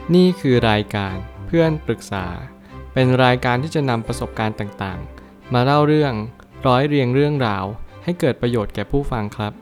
นี่คือรายการเพื่อนปรึกษาเป็นรายการที่จะนำประสบการณ์ต่างๆมาเล่าเรื่องร้อยเรียงเรื่องราวให้เกิดประโยชน์แก่ผู้ฟังครับ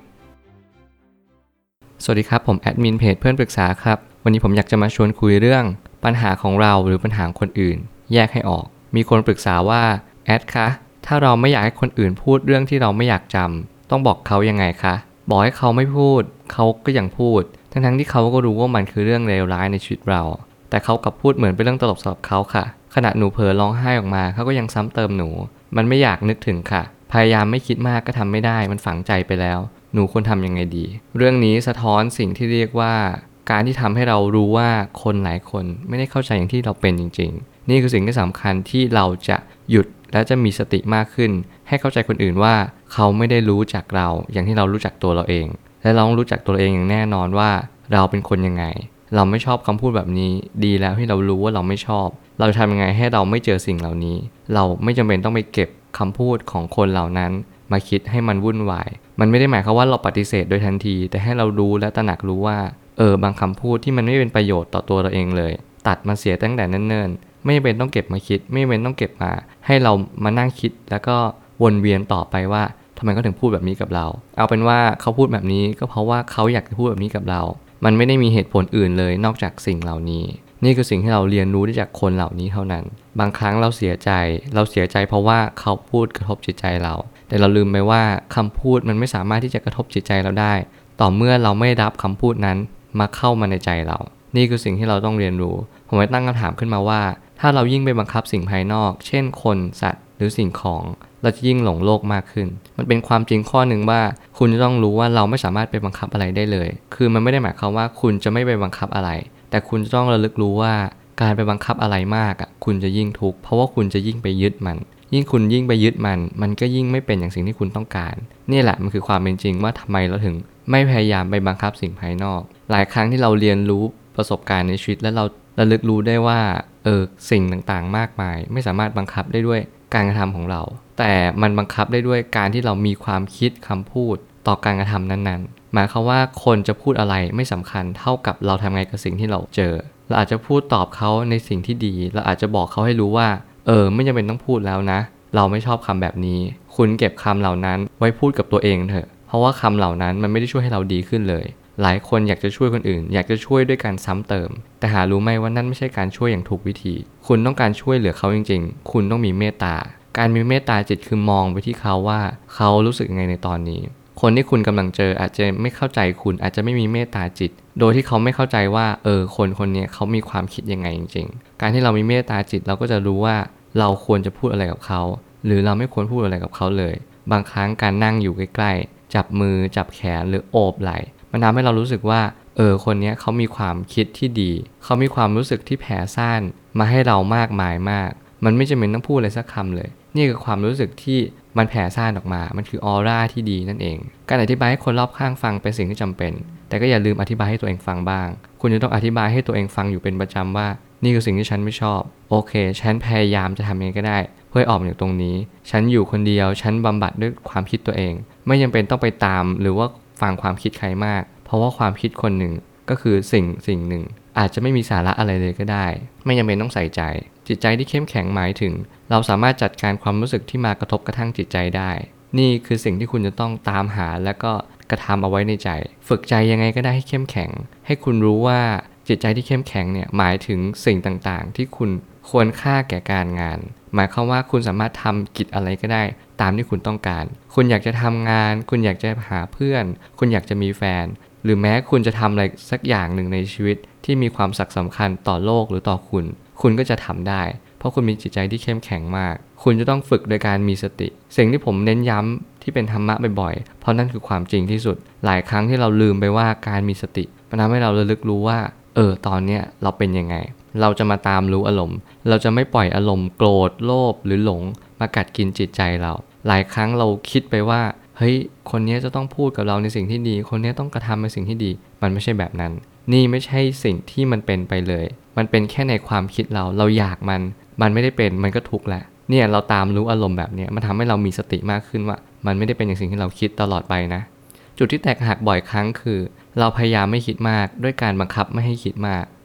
สวัสดีครับผมแอดมินเพจเพื่อนปรึกษาครับวันนี้ผมอยากจะมาชวนคุยเรื่องปัญหาของเราหรือปัญหาคนอื่นแยกให้ออกมีคนปรึกษาว่าแอดคะถ้าเราไม่อยากให้คนอื่นพูดเรื่องที่เราไม่อยากจำต้องบอกเขายังไงคะบอกให้เขาไม่พูดเขาก็ยังพูดทั้งที่เขาก็รู้ว่ามันคือเรื่องเลวร้ายในชีวิตเราแต่เขากลับพูดเหมือนเป็นเรื่องตลกสำหรับเขาค่ะขณะหนูเผลอร้องไห้ออกมาเขาก็ยังซ้ำเติมหนูมันไม่อยากนึกถึงค่ะพยายามไม่คิดมากก็ทำไม่ได้มันฝังใจไปแล้วหนูควรทำยังไงดีเรื่องนี้สะท้อนสิ่งที่เรียกว่าการที่ทำให้เรารู้ว่าคนหลายคนไม่ได้เข้าใจอย่างที่เราเป็นจริงๆนี่คือสิ่งที่สำคัญที่เราจะหยุดและจะมีสติมากขึ้นให้เข้าใจคนอื่นว่าเขาไม่ได้รู้จักเราอย่างที่เรารู้จักตัวเราเองและเราต้องรู้จักตัวเองอย่างแน่นอนว่าเราเป็นคนยังไงเราไม่ชอบคำพูดแบบนี้ดีแล้วที่เรารู้ว่าเราไม่ชอบเราจะทำยังไงให้เราไม่เจอสิ่งเหล่านี้เราไม่จำเป็นต้องไปเก็บคำพูดของคนเหล่านั้นมาคิดให้มันวุ่นวายมันไม่ได้หมายความว่าเราปฏิเสธโดยทันทีแต่ให้เรารู้และตระหนักรู้ว่าบางคำพูดที่มันไม่เป็นประโยชน์ต่อตัวเราเองเลยตัดมันเสียตั้งแต่เนิ่นๆไม่จำเป็นต้องเก็บมาคิดไม่จำเป็นต้องเก็บมาให้เรามานั่งคิดแล้วก็วนเวียนต่อไปว่าทำไมเขาถึงพูดแบบนี้กับเราเอาเป็นว่าเขาพูดแบบนี้ก็เพราะว่าเขาอยากจะพูดแบบนี้กับเรามันไม่ได้มีเหตุผลอื่นเลยนอกจากสิ่งเหล่านี้นี่คือสิ่งที่เราเรียนรู้ได้จากคนเหล่านี้เท่านั้นบางครั้งเราเสียใจเพราะว่าเขาพูดกระทบจิตใจเราแต่เราลืมไปว่าคำพูดมันไม่สามารถที่จะกระทบจิตใจเราได้ต่อเมื่อเราไม่รับคำพูดนั้นมาเข้ามาในใจเรานี่คือสิ่งที่เราต้องเรียนรู้ผมเลยตั้งคำถามขึ้นมาว่าถ้าเรายิ่งไปบังคับสิ่งภายนอกเช่นคนสัตว์หรือสิ่งของเราจะยิ่งหลงโลกมากขึ้นมันเป็นความจริงข้อหนึ่งว่าคุณจะต้องรู้ว่าเราไม่สามารถไปบังคับอะไรได้เลยคือมันไม่ได้หมายความว่าคุณจะไม่ไปบังคับอะไรแต่คุณจะต้องระลึกรู้ว่าการไปบังคับอะไรมากคุณจะยิ่งทุกข์เพราะว่าคุณจะยิ่งไปยึดมันยิ่งคุณยิ่งไปยึดมันก็ยิ่งไม่เป็นอย่างสิ่งที่คุณต้องการนี่แหละมันคือความเป็นจริงว่าทำไมเราถึงไม่พยายามไปบังคับสิ่งภายนอกหลายครั้งที่เราเรียนรู้ประสบการณ์ในชีวิตและเราระลึกรู้ได้ว่าสิ่งต่างๆมากมายไม่สามารถบังคับได้ด้วยการกระทำของเราแต่มันบังคับได้ด้วยการที่เรามีความคิดคำพูดต่อการกระทำนั้นๆหมายความว่าคนจะพูดอะไรไม่สำคัญเท่ากับเราทำไงกับสิ่งที่เราเจอเราอาจจะพูดตอบเขาในสิ่งที่ดีเราอาจจะบอกเขาให้รู้ว่าไม่จำเป็นต้องพูดแล้วนะเราไม่ชอบคำแบบนี้คุณเก็บคำเหล่านั้นไว้พูดกับตัวเองเถอะเพราะว่าคำเหล่านั้นมันไม่ได้ช่วยให้เราดีขึ้นเลยหลายคนอยากจะช่วยคนอื่นอยากจะช่วยด้วยการซ้ำเติมแต่หารู้ไหมว่านั่นไม่ใช่การช่วยอย่างถูกวิธีคุณต้องการช่วยเหลือเขาจริงๆคุณต้องมีเมตตาการมีเมตตาจิตคือมองไปที่เขาว่าเขารู้สึกยังไงในตอนนี้คนที่คุณกำลังเจออาจจะไม่เข้าใจคุณอาจจะไม่มีเมตตาจิตโดยที่เขาไม่เข้าใจว่าคนนี้เขามีความคิดยังไงจริงๆการที่เรามีเมตตาจิตเราก็จะรู้ว่าเราควรจะพูดอะไรกับเขาหรือเราไม่ควรพูดอะไรกับเขาเลยบางครั้งการนั่งอยู่ใกล้ๆจับมือจับแขนหรือโอบไหล่มันทำให้เรารู้สึกว่าคนนี้เขามีความคิดที่ดีเขามีความรู้สึกที่แผ่ซ่านมาให้เรามากมายมากมันไม่จำเป็นต้องพูดอะไรสักคำเลยนี่คือความรู้สึกที่มันแผ่ซ่านออกมามันคือออร่าที่ดีนั่นเองการอธิบายให้คนรอบข้างฟังเป็นสิ่งที่จำเป็นแต่ก็อย่าลืมอธิบายให้ตัวเองฟังบ้างคุณจะต้องอธิบายให้ตัวเองฟังอยู่เป็นประจำว่านี่คือสิ่งที่ฉันไม่ชอบโอเคฉันพยายามจะทำยังไงก็ได้เพื่อออกมาจากตรงนี้ฉันอยู่คนเดียวฉันบำบัดด้วยความคิดตัวเองไม่จำเป็นต้องไปตามหรือว่าฟังความคิดใครมากเพราะว่าความคิดคนหนึ่งก็คือสิ่งหนึ่งอาจจะไม่มีสาระอะไรเลยก็ได้ไม่จำเป็นต้องใส่ใจจิตใจที่เข้มแข็งหมายถึงเราสามารถจัดการความรู้สึกที่มากระทบกระทั่งจิตใจได้นี่คือสิ่งที่คุณจะต้องตามหาและก็กระทำเอาไว้ในใจฝึกใจยังไงก็ได้ให้เข้มแข็งให้คุณรู้ว่าจิตใจที่เข้มแข็งเนี่ยหมายถึงสิ่งต่างๆที่คุณควรค่าแก่การงานหมายความว่าคุณสามารถทำกิจอะไรก็ได้ตามที่คุณต้องการคุณอยากจะทำงานคุณอยากจะหาเพื่อนคุณอยากจะมีแฟนหรือแม้คุณจะทำอะไรสักอย่างหนึ่งในชีวิตที่มีความสำคัญต่อโลกหรือต่อคุณก็จะทำได้เพราะคุณมีจิตใจที่เข้มแข็งมากคุณจะต้องฝึกโดยการมีสติสิ่งที่ผมเน้นย้ำที่เป็นธรรมะบ่อยๆเพราะนั่นคือความจริงที่สุดหลายครั้งที่เราลืมไปว่าการมีสติมันทำให้เราระลึกรู้ว่าตอนเนี้ยเราเป็นยังไงเราจะมาตามรู้อารมณ์เราจะไม่ปล่อยอารมณ์โกรธโลภหรือหลงมากัดกินจิตใจเราหลายครั้งเราคิดไปว่าเฮ้ยคนนี้จะต้องพูดกับเราในสิ่งที่ดีคนนี้ต้องกระทำในสิ่งที่ดีมันไม่ใช่แบบนั้นนี่ไม่ใช่สิ่งที่มันเป็นไปเลยมันเป็นแค่ในความคิดเราอยากมันไม่ได้เป็นมันก็ทุกข์แหละเนี่ยเราตามรู้อารมณ์แบบนี้มันทำให้เรามีสติมากขึ้นว่ามันไม่ได้เป็นอย่างสิ่งที่เราคิดตลอดไปนะจุดที่แตกหักบ่อยครั้งคือเราพยายามไม่คิดมากด้วยการบังคับไม่ให้คิดมาก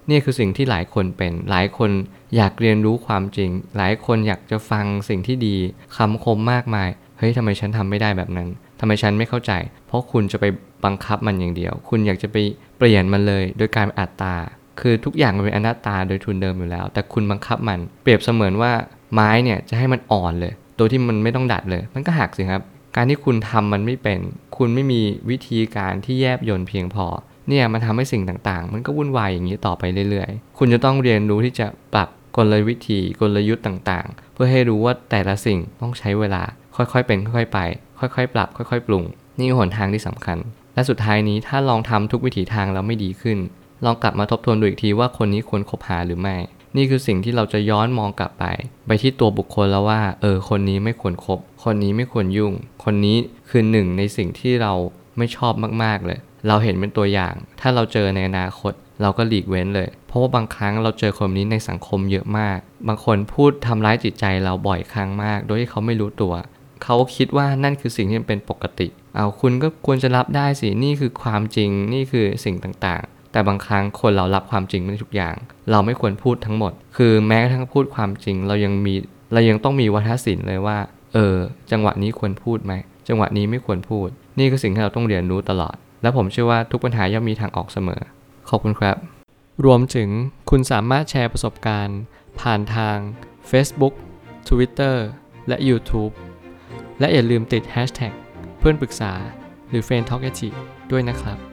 นี่คือสิ่งที่หลายคนเป็นหลายคนอยากเรียนรู้ความจริงหลายคนอยากจะฟังสิ่งที่ดีคำคมมากมายเฮ้ยทำไมฉันทำไม่ได้แบบนั้นทำไมฉันไม่เข้าใจเพราะคุณจะไปบังคับมันอย่างเดียวคุณอยากจะไปเปลี่ยนมันเลยโดยการอัตตาคือทุกอย่างมันเป็นอนัตตาโดยทุนเดิมอยู่แล้วแต่คุณบังคับมันเปรียบเสมือนว่าไม้เนี่ยจะให้มันอ่อนเลยโดยที่มันไม่ต้องดัดเลยมันก็หักสิครับการที่คุณทำมันไม่เป็นคุณไม่มีวิธีการที่แยบยลเพียงพอเนี่ยมันทำให้สิ่งต่างๆมันก็วุ่นวายอย่างนี้ต่อไปเรื่อยๆคุณจะต้องเรียนรู้ที่จะปรับกลวิธีกลยุทธ์ต่างๆเพื่อให้รู้ว่าแต่ละสิ่งต้องใช้เวลาค่อยๆเป็นค่อยๆไปค่อยๆปรับค่อยๆปรุงนี่คือหนทางที่สำคัญและสุดท้ายนี้ถ้าลองทำทุกวิถีทางแล้วไม่ดีขึ้นลองกลับมาทบทวนดูอีกทีว่าคนนี้ควรคบหาหรือไม่นี่คือสิ่งที่เราจะย้อนมองกลับไปที่ตัวบุคคลแล้วว่าคนนี้ไม่ควรคบคนนี้ไม่ควรยุ่งคนนี้คือหนึ่งในสิ่งที่เราไม่ชอบมากๆเลยเราเห็นเป็นตัวอย่างถ้าเราเจอในอนาคตเราก็หลีกเว้นเลยเพราะว่าบางครั้งเราเจอคนนี้ในสังคมเยอะมากบางคนพูดทำร้ายจิตใจเราบ่อยครั้งมากโดยที่เขาไม่รู้ตัวเขาคิดว่านั่นคือสิ่งที่เป็นปกติคุณก็ควรจะรับได้สินี่คือความจริงนี่คือสิ่งต่างๆแต่บางครั้งคนเรารับความจริงไม่ได้ทุกอย่างเราไม่ควรพูดทั้งหมดคือแม้กระทั่งพูดความจริงเรายังต้องมีวาทศิลป์เลยว่าจังหวะนี้ควรพูดไหมจังหวะนี้ไม่ควรพูดนี่คือสิ่งที่เราต้องเรียนรู้ตลอดและผมเชื่อว่าทุกปัญหาย่อมมีทางออกเสมอขอบคุณครับรวมถึงคุณสามารถแชร์ประสบการณ์ผ่านทาง Facebook Twitter และ YouTube และอย่าลืมติด hashtag เพื่อนปรึกษาหรือ Friend Talk ด้วยนะครับ